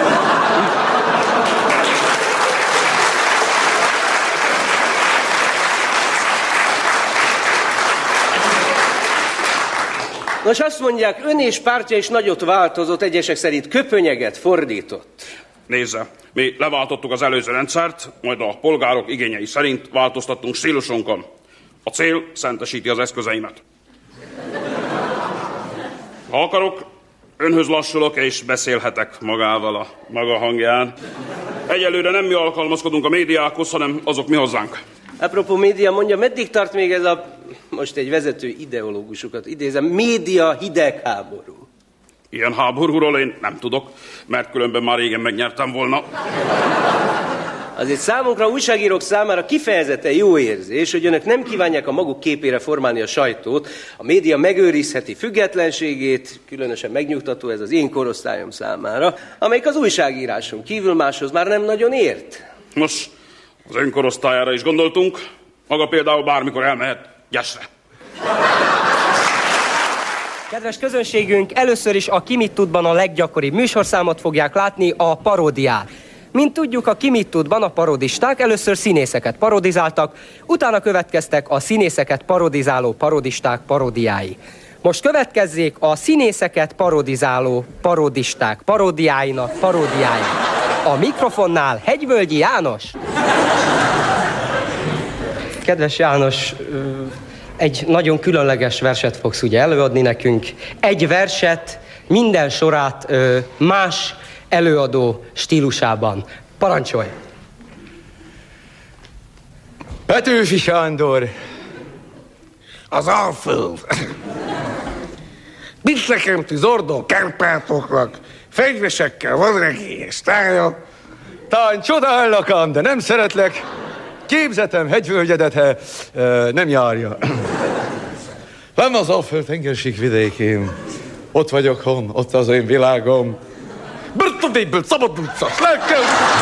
Nos, azt mondják, ön és pártja is nagyot változott, egyesek szerint köpönyeget fordított. Nézze, mi leváltottuk az előző rendszert, majd a polgárok igényei szerint változtattunk stílusunkon. A cél szentesíti az eszközeimet. Ha akarok, önhöz lassulok és beszélhetek magával a maga hangján. Egyelőre nem mi alkalmazkodunk a médiákhoz, hanem azok mi hozzánk. Apropó média, mondja, meddig tart még ez a, most egy vezető ideológusokat idézem, média hidegháború? Ilyen háborúról én nem tudok, mert különben már régen megnyertem volna. Azért számunkra, újságírók számára kifejezetten jó érzés, hogy önök nem kívánják a maguk képére formálni a sajtót. A média megőrizheti függetlenségét, különösen megnyugtató ez az én korosztályom számára, amelyik az újságíráson kívül máshoz már nem nagyon ért. Nos, az ön korosztályára is gondoltunk, maga például bármikor elmehet Gyesre. Kedves közönségünk, először is a Ki mit tudban a leggyakoribb műsorszámot fogják látni, a paródiát. Mint tudjuk, a Ki mit tudban a parodisták először színészeket parodizáltak, utána következtek a színészeket parodizáló parodisták parodiái. Most következzék a színészeket parodizáló parodisták parodiáinak parodiái. A mikrofonnál Hegyvölgyi János. Kedves János, egy nagyon különleges verset fogsz ugye előadni nekünk. Egy verset, minden sorát más előadó stílusában. Parancsolj! Petőfi Sándor. Az Alföld. Biszekemti zordó Kárpátoknak, fegyvesekkel vadregélyes tája. Tán csodálnak ám, de nem szeretlek. Képzetem hegyvölgyedet, he, e, nem járja. Nem az Alföld tengerség vidékén. Ott vagyok hon, ott az én világom. Börtönből szabadulsz a lelkem!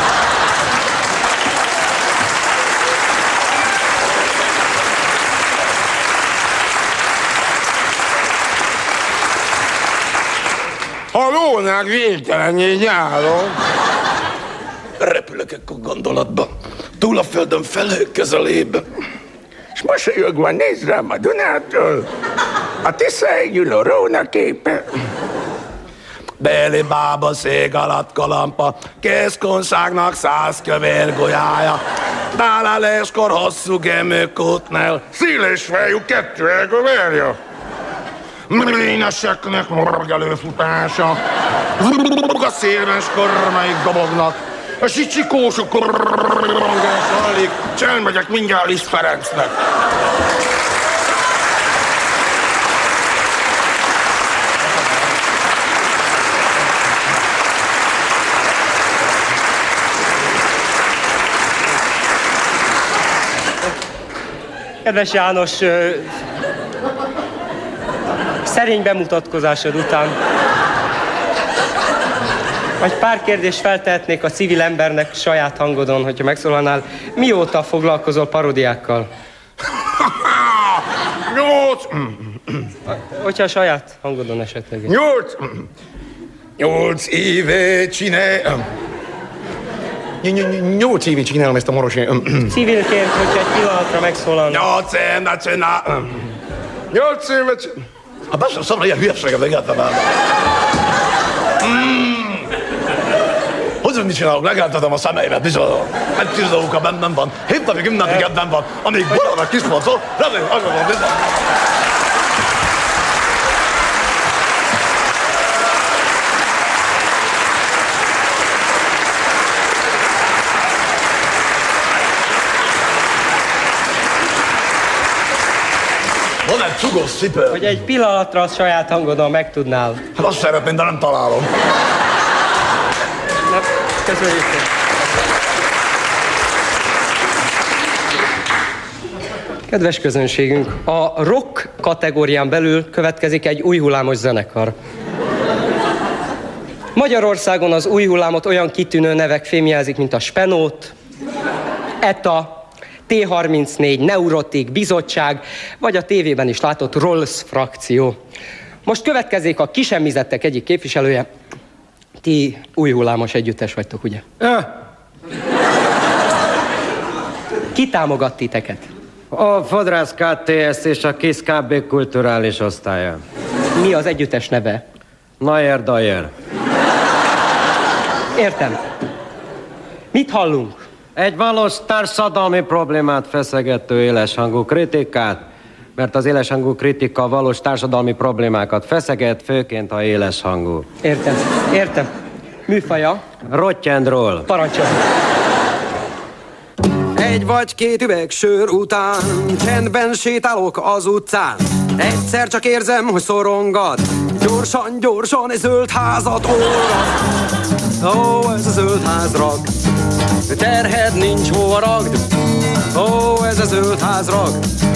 Ha lónák végtelenjé nyáron. Repülök ekkor gondolatban, túl a földön felhők közelében. És mosolyogva néz rám a Dunától, a Tiszáig ülő róna képe. Béli bába szék alatt kalampa, kézkonságnak száz kövér golyája. Náláleskor hosszú gemőkútnál, széles fejú kettő elgovérja. Mléneseknek morg előfutása, a szélves kormáig dobognak, a sicsikósok korrongás hallik, s elmegyek mindjárt Liszt Ferencnek. Kedves János, szerény bemutatkozásod után vagy pár kérdést feltehetnék a civil embernek saját hangodon, hogyha megszólalnál. Mióta foglalkozol parodiákkal? Nyolc! Hogyha a saját hangodon esetleg. Nyolc! Nyolc éve csinál... Nyolc éve csinálom ezt a moros... Civilként, hogyha egy pillanatra megszólalna. Nyolc éve csinál... Nyolc éve csinál... Hát beszél szamra ilyen hülyeséget egyáltalán. Hozzá mit csinálok? Legeltetem a szemeimet, bizony. Egy tízdóka bennem van, hét napig, hét napig ebben van, amíg bulának kiszpolcol, remélem, azon van bizony. Van egy csugos cipő. Hogy egy pillanatra a saját hangodon megtudnál. Hát azt szeretném, de nem találom. Na, köszönjük. Kedves közönségünk, a rock kategórián belül következik egy új hullámos zenekar. Magyarországon az új hullámot olyan kitűnő nevek fémjelzik, mint a Spenót, Eta, té harmincnégy, Neurotik, Bizottság, vagy a tévében is látott Rolls frakció. Most következik a kisemmizettek egyik képviselője. Ti új hullámos együttes vagytok, ugye? Öh. Ki támogat titeket? A Fodrász ká té es és a Kiss ká bé kulturális osztálya. Mi az együttes neve? Nayer Dayer. Értem. Mit hallunk? Egy valós társadalmi problémát feszegető éleshangú kritikát, mert az éleshangú kritika valós társadalmi problémákat feszeget, főként a éleshangú. Értem, értem. Műfaja? Rock and roll. Parancsolj. Egy vagy két üveg sör után csendben sétálok az utcán. Egyszer csak érzem, hogy szorongat. Gyorsan, gyorsan egy zöld házat órad. Ó, ez a zöld ház rag. Terhed nincs, hova ragd. Ó, ez a zöld ház rag.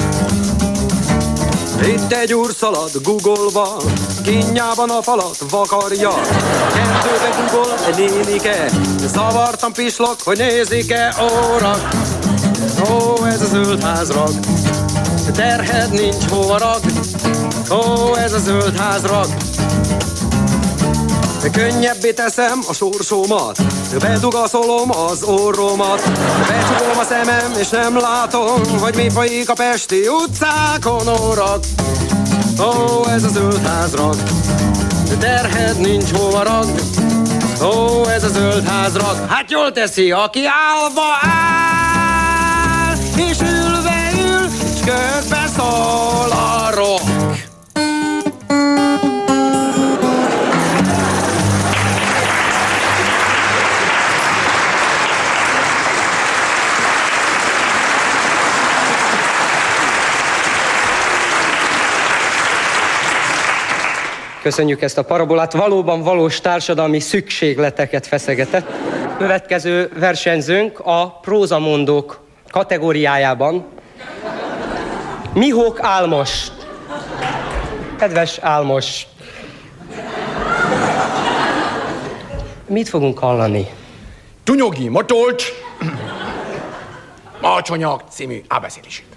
Itt egy úr szalad Google-ba, kínjában a falat vakarja. Kettőbe Google egy nénike, zavartam pislog, hogy nézik-e óra. Ó, ez a zöld ház rag. Terhed nincs, hova ragd. Ó, ez a zöld ház rag. Könnyebbé teszem a sorsomat, bedugaszolom az orromat, becsukom a szemem és nem látom, hogy mi folyik a pesti utcákon, órak. Ó, ez a zöld ház rag, terhed nincs, hova ragd. Ó, ez a zöld ház rag. Hát jól teszi, aki állva áll, és ülve ül, és közben szól a rock. Köszönjük ezt a parabolát, valóban valós társadalmi szükségleteket feszegetett. Következő versenyzőnk a prózamondók kategóriájában. Mihók Álmos. Kedves Álmos. Mit fogunk hallani? Tunyogi Matolcs Macsonyag című ábeszélését.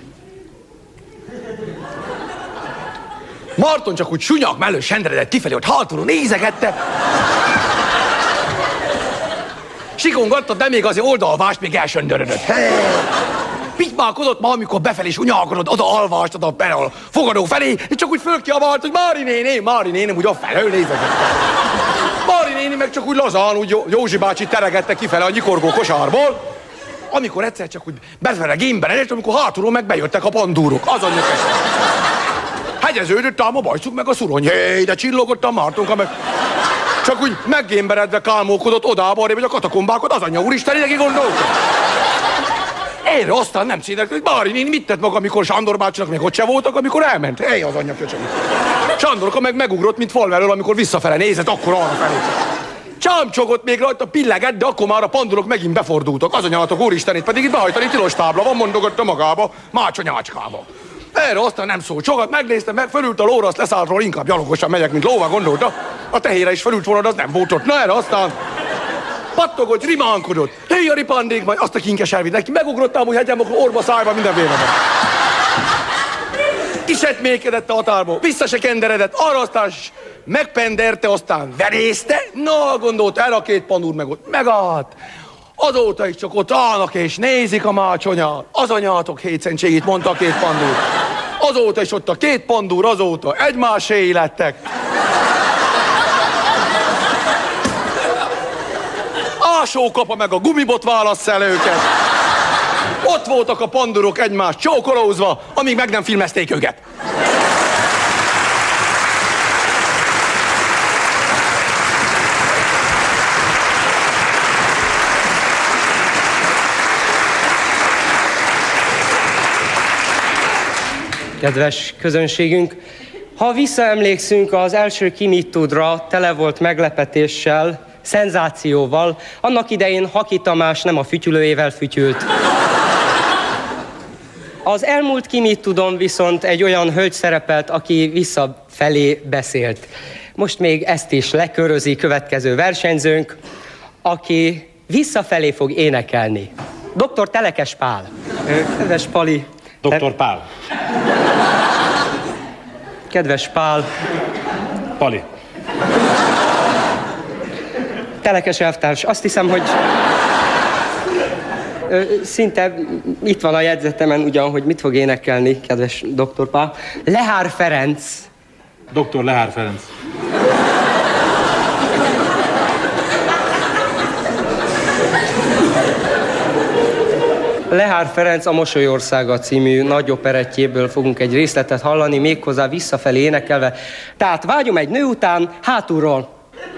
Marton csak úgy sunyak mellől sendredett kifelé, hogy hátul nézegette. Sikongatta, de még azért oldalvást még elsöndörödött. Pitymálkodott ma, amikor befelé sunyalkodott, oda alvást, oda a fogadó felé, és csak úgy fölkiabált, hogy Mári néni, Mári néni, úgy afelől nézegette. Mári néni meg csak úgy lazán, úgy Józsi bácsi teregette kifele a nyikorgó kosárból, amikor egyszer csak úgy befele gémben elért, amikor hátulról meg bejöttek a pandúrok. Az anyja kezdte. Hegyeződött ám a bajszuk meg a szurony. Hé, de csillogott a Mártonka meg. Csak úgy meggémberedve kálmókodott odába, arrébb, hogy a katakombákot az anyja úristen idegi gondolta. Erre aztán nem szédett, hogy Mári néni mit tett maga, amikor Sándor bácsinak még ott se voltak, amikor elment. Hé, az anyja köcsög. Sándorka meg megugrott, mint falvelől, amikor visszafele nézett, akkor arra felé. Csámcsogott még rajta, pillegett, de akkor már a pandurok megint befordultak. Az anyátok úristenét pedig itt behajtani tilos tábla van, mondogatta magába, mácsonyácskába. Erre aztán nem szól. Sokat megnéztem, meg fölült a lóra, azt leszállt róla, inkább gyalogosan megyek, mint lóva, gondolta. A tehére is fölült volna, de az nem volt ott. Na erre aztán pattogott, rimánkodott. Hé, a ripandék, majd azt a kinkes elvitt neki. Megugrottam, hogy hegyem, akkor orba szájba minden vérbe. Kisetmékedett a határból, vissza se kenderedett, arra aztán megpenderte, aztán verészte. Na, gondolt, erre a két pandúr meg ott megállt. Azóta is csak ott állnak és nézik a mácsonyát. Az anyátok hétszentségét, mondta a két pandúr. Azóta is ott a két pandúr, azóta egymáséi lettek. Ásókapa meg a gumibot válassz el őket. Ott voltak a pandúrok egymást csókolózva, amíg meg nem filmezték őket. Kedves közönségünk, ha visszaemlékszünk, az első Ki mit tudra tele volt meglepetéssel, szenzációval. Annak idején Haki Tamás nem a fütyülőjével fütyült. Az elmúlt Ki mit tudom viszont egy olyan hölgy szerepelt, aki visszafelé beszélt. Most még ezt is lekörözi következő versenyzőnk, aki visszafelé fog énekelni. doktor Telekes Pál. Kedves Pali. doktor Pál. Kedves Pál. Pali. Telekes elvtárs, azt hiszem, hogy ö, szinte itt van a jegyzetemen ugyan, hogy mit fog énekelni, kedves doktor Pál. Lehár Ferenc. doktor Lehár Ferenc. Lehár Ferenc a Mosolyországa című nagy operettjéből fogunk egy részletet hallani, méghozzá visszafelé énekelve. Tehát vágyom egy nő után, hátulról.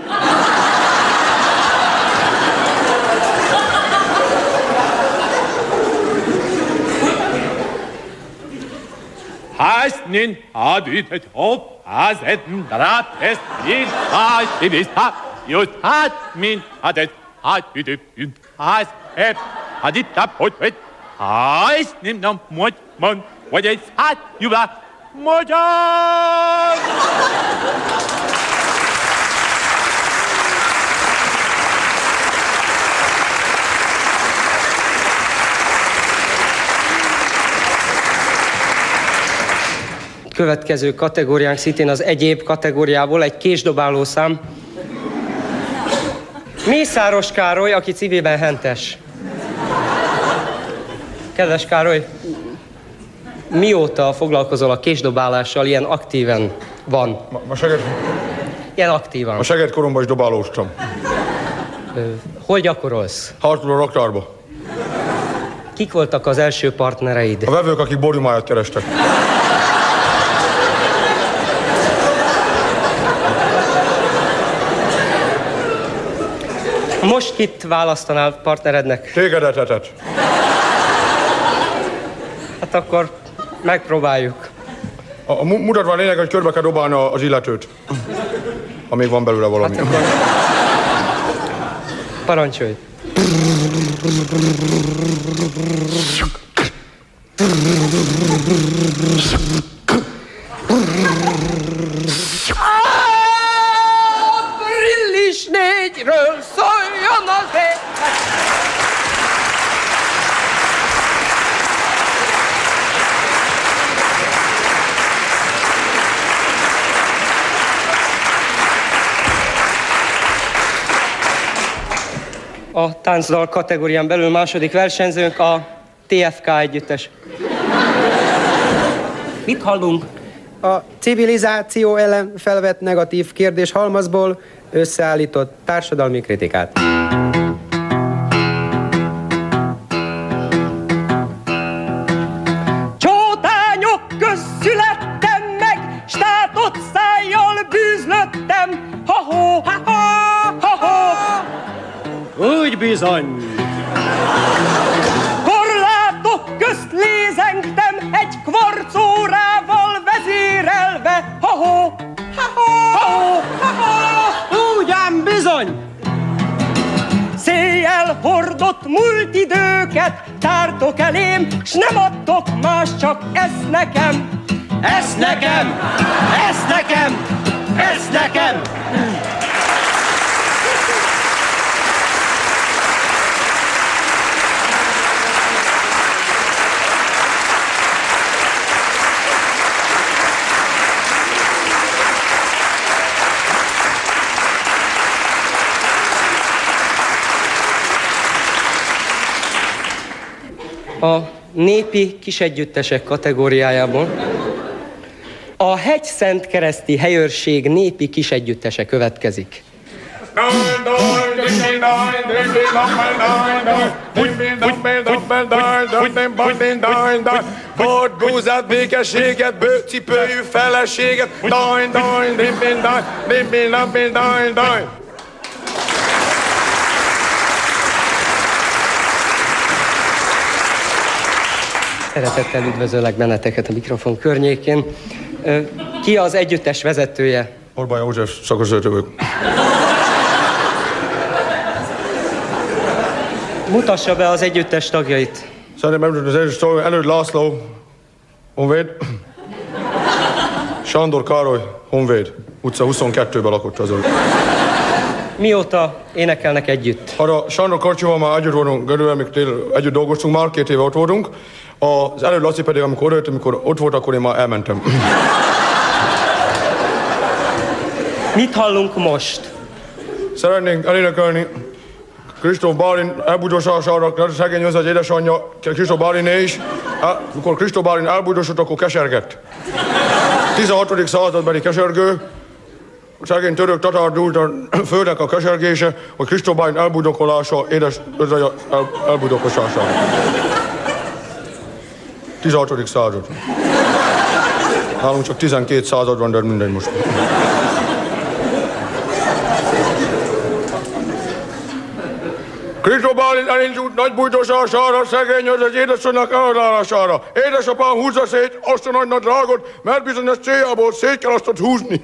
Heißt nin habitet hopp, hasetten drat est in hai ibis ha jut hat min hatet hat bitte in has ep hadit tap hot wet heißt nin nam mot mon what is hat yuba moja. Következő kategóriánk szintén az egyéb kategóriából egy késdobáló szám. Mészáros Károly, aki szívében hentes. Kedves Károly, mióta foglalkozol a késdobálással ilyen aktíven van? Ma, ma seged... Ilyen aktívan. A segedkoromban is dobálóztam. Ö, hol gyakorolsz? Hartul a raktárba. Kik voltak az első partnereid? A vevők, akik borjumáját kerestek. Most kit választanál partnerednek? Tégedetetet. Hát akkor megpróbáljuk. A, a mutatva a lényeg, hogy körbe kell dobálni az illetőt. Ha még van belőle valami. Hát akkor... Parancsolj. Brillis négyről szóljon az élet! A táncdal kategórián belül második versenyzőnk a té ef ká együttes. Mit hallunk? A civilizáció ellen felvett negatív kérdés halmazból összeállított társadalmi kritikát. Csótányok közt születtem meg, státott szájjal bűzlöttem, ha-ho, ha-ha, ha-ho. Úgy bizony. Korlátok közt lézengtem, egy kvarcórával vezérelve, ha-ho, ha-ho, ha-ho, ha-ho. Ugyan bizony. Széjjel hordott múlt időket tártok elém, s nem adtok más, csak ezt nekem. Ezt nekem! Ezt nekem! Ezt nekem! A népi kisegyüttesek kategóriájából a Hegyszentkereszti helyőrség népi kisegyüttese következik. Bort, búzát, békességet, bőcipőjű feleséget. Dajn, dajn, dimbin, dajn, dimbin, dimbin, dajn, dajn. Szeretettel üdvözöllek benneteket a mikrofon környékén. Ki az együttes vezetője? Orbán József, szakosvezető vagyok. Mutassa be az együttes tagjait. Szeretném említeni az együttes tagjait. Előtt László, honvéd. Sándor Károly, honvéd. Utca huszonkettőben lakott az ő. Mióta énekelnek együtt? Arra Sándor Karcsival már együtt voltunk, Gerővel még tél, együtt dolgoztunk már, két éve ott voltunk. Az előtt Laci pedig, amikor ott, amikor ott volt, akkor én már elmentem. Mit hallunk most? Szeretnénk elénekelni Kristóf Bálint elbújdossására, szegény az édesanyja, Kristóf Báliné is. Amikor Kristóf Bálint elbújdosott, akkor kesergett. tizenhatodik századbeli kesergő, szegény török tatár dúlt a földnek a kesergése, hogy Kristóf Bálint elbújdokolása, édes özvegy el, elbújdokosása. tizenhatodik század. Nálunk csak tizenkét század van, de mindegy most. Kristóf Bálint elindult nagy bújdosására, szegény az az édesanynak eladására. Édesapám húzza szét azt a nagy nagy drágot, mert bizonyos céljából szét kell azt húzni.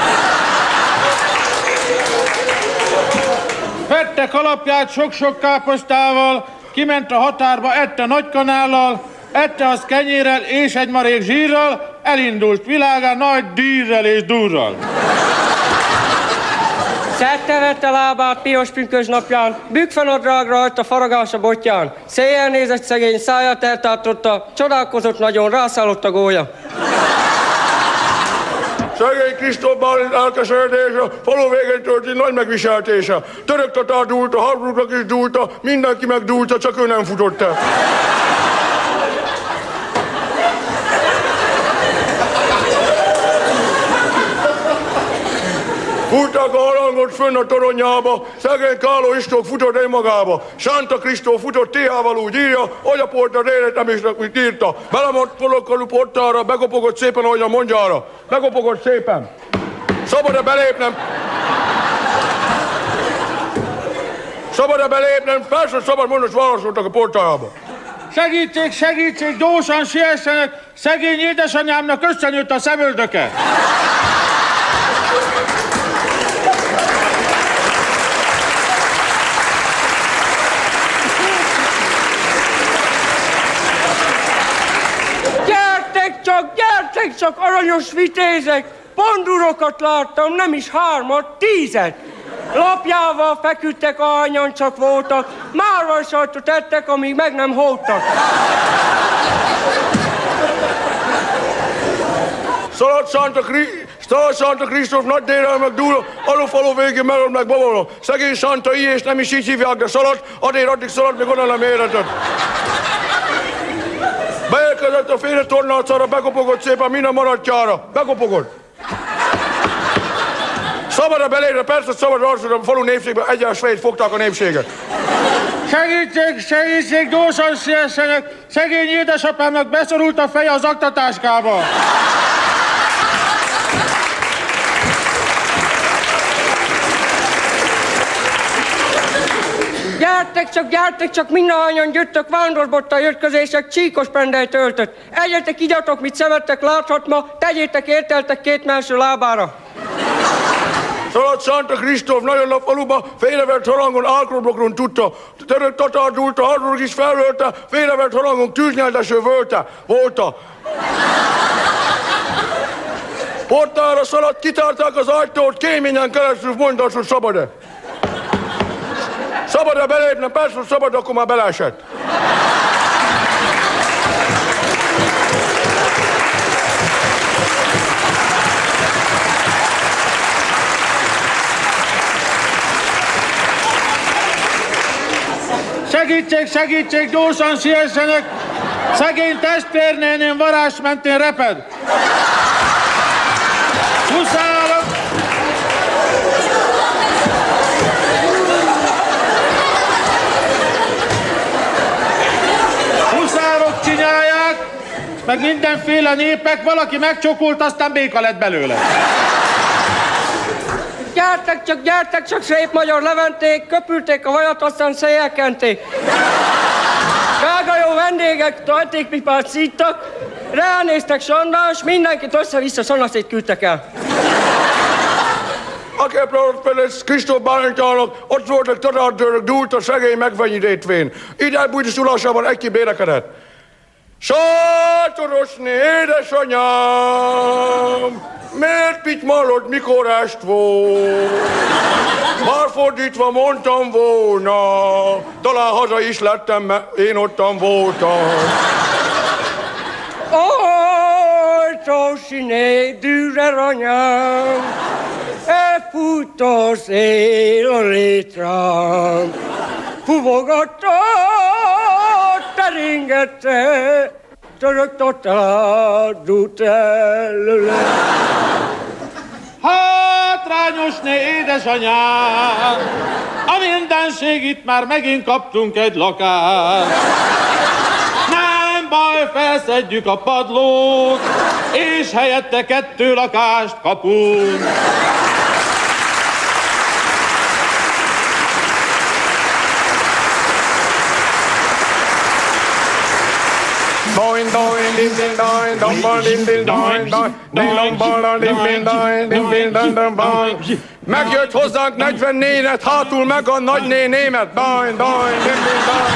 Fette kalapját sok-sok káposztával, kiment a határba, ette nagykanállal, ette az kenyérrel és egy marék zsírral, elindult világán nagy dírrel és durral. Szedte vette lábát piros pünkös napján, bükkfenadrágra hagyta faragás a botján. Széjjel nézett szegény, száját eltártotta, csodálkozott nagyon, rászállott a gólya. Szegény Kristóf Bálint elkeseredése, falu végén történt nagy megviseltése. Török tatár dúlta, Habsburgok is dúlta, mindenki megdúlta, csak ő nem futott el. Futták a harangot fönn a toronyába, szegény Káló István futott egy magába. Sánta Kristóf futott téhával úgy írja, hogy a portát élet nem is mit írta. Belemart polokkalú portára, begopogott szépen, ahogy a mondjára. Begopogott szépen. Szabad-e belépnem? Szabad-e belépnem? Persze szabad, mondos válaszoltak a portájába. Segítség, segítség, gyorsan siessenek, szegény édesanyámnak összenőtt a szemöldöke. Gyertek csak, gyertek csak, aranyos vitézek! Pandurokat láttam, nem is hármat, tízet! Lapjával feküdtek, ahányan csak voltak, márvan sajtot ettek, amíg meg nem hódtak. Szaladt Sánta Kri... Szaladt Sánta Kristóf nagy délrel meg dúl, alufaló végén melod meg baboló. Szegény Sánta így és nem is így hívják, de szaladt, addig addig szaladt, még onnan nem éretett. Beérkezett a féle tornácára, bekopogott szépen minden maradtjára. Bekopogott. Szabad-e belépni? Persze szabad, arcod, a falu népségben egyenes fejét fogták a népséget. Segítség, segítség, gyorsan siessenek! Szegény édesapámnak beszorult a feje az aktatáskába. Gyertek csak, gyertek csak, mindahányan gyöttök, vándorbotta jötközések, csíkos pendelyt öltött. Egyetek, igyatok, mit szemettek, láthat ma, tegyétek, érteltek két melső lábára. Szaladt Sánta Kristóf nagyon a faluba, félrevert harangon, álkrobokron tudta. Török tatár dúlta, Habsburg is felvölte, félrevert harangon, tűznyelteső völte, volta. Portára szaladt, kitárták az ajtót, kéményen keresztül mondta, hogy szabad-e. Szabad-e belépnem? Persze, hogy szabad, akkor már beleesett. Segítség, segítség, gyorsan siessenek! Szegény testvérnéném varázs mentén reped! Huszárok! Huszárok csinálják, meg mindenféle népek, valaki megcsokult, aztán béka lett belőle. Gyertek csak, gyertek csak, szép magyar leventék, köpülték a vajat, aztán széjjel kenték. Drága jó vendégek, tajtékpipát szíttak, ránéztek Sandás, mindenkit össze-vissza szanaszét küldtek el. Aki Ferenc Kristóf Bálintjának, ott voltak tatárdőrök, dúlt a szegény megvennyi rétvén. Így elbújtosulásában egy-ki bérekedett. Sátorosné, édesanyám! Miért pitymálod, mikor est volt? Már fordítva mondtam volna, talán haza is lettem, mert én ottan voltam. Ajtósiné, dürer anyám, elfújt a szél a létrám, fuvogatta, teringette, törögtottál, dútelőle. Hátrányosné, édesanyám, a mindenség itt már megint kaptunk egy lakást. Nem baj, felszedjük a padlót, és helyette kettő lakást kapunk. Doin doin din din doin dom bol din din doin doin din dom bol din din doin din din dom dom bol. Megjött hozzánk negyvennélet, hátul meg a nagynénémet. Doin doin din din doin.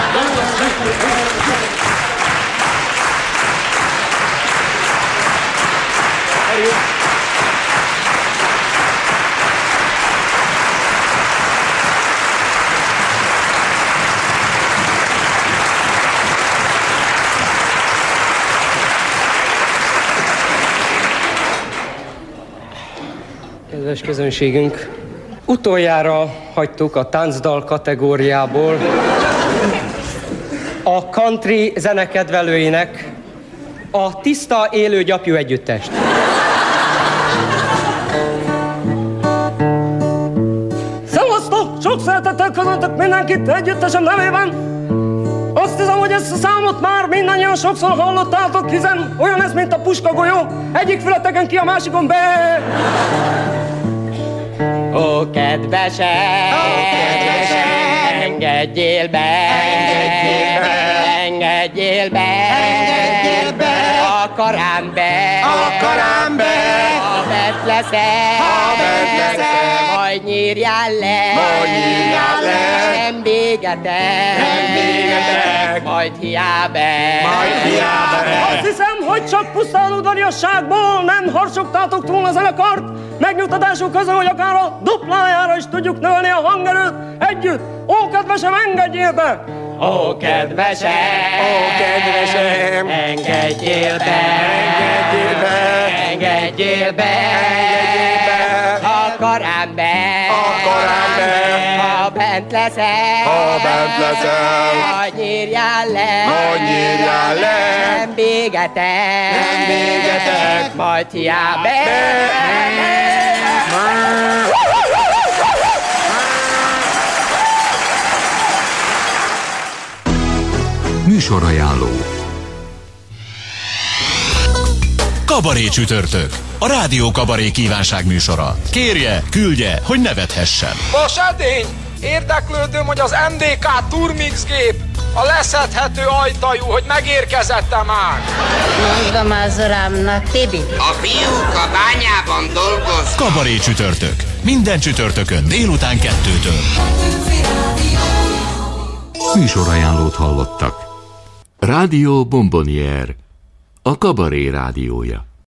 Kedves közönségünk, utoljára hagytuk a táncdal kategóriából a country zenekedvelőinek a Tiszta élő gyapjú együttest. Szevasztok! Sok szeretettel köszöntök mindenkit együttesem nevében! Azt hiszem, hogy ezt a számot már mindannyian sokszor hallottátok, hiszen olyan ez, mint a puskagolyó, egyik fületeken ki, a másikon be! Ó, kedvesem, engedjél be, engedjél be, engedjél be, engedjél be, akarám be, akarám be, ha bent leszel, ha bent leszel, majd nyírjál le, majd nyírjál le, nem végetek, nem végetek, majd hiábe, majd hiábe. Azt hiszem, hogy csak pusztán udvariasságból nem harsogtátok túl a zenekart, megnyugtatásuk közül, hogy akár a duplájára is tudjuk növelni a hangerőt együtt. Ó, kedvesem, engedjél be! Ó, kedvesem, ó, kedvesem, engedjél be, engedjél be, engedjél be, engedjél be, akarám be, akarám be, ha bent leszel, ha bent leszel, majd nyírjál le, majd nyírjál le, nem végetek, nem végetek, majd hiába. Műsorajánló. Kabaré csütörtök. A Rádió Kabaré kívánság műsora. Kérje, küldje, hogy nevethessen. Vas edény! Érdeklődöm, hogy az em dé ká Turmix gép, a leszedhető ajtajú, hogy megérkezette már. Mondom az uramnak, Tibi. A fiúk a bányában dolgoznak. Kabaré csütörtök. Minden csütörtökön délután kettőtől. Műsorajánlót hallottak. Rádió Bombonier, a Kabaré rádiója.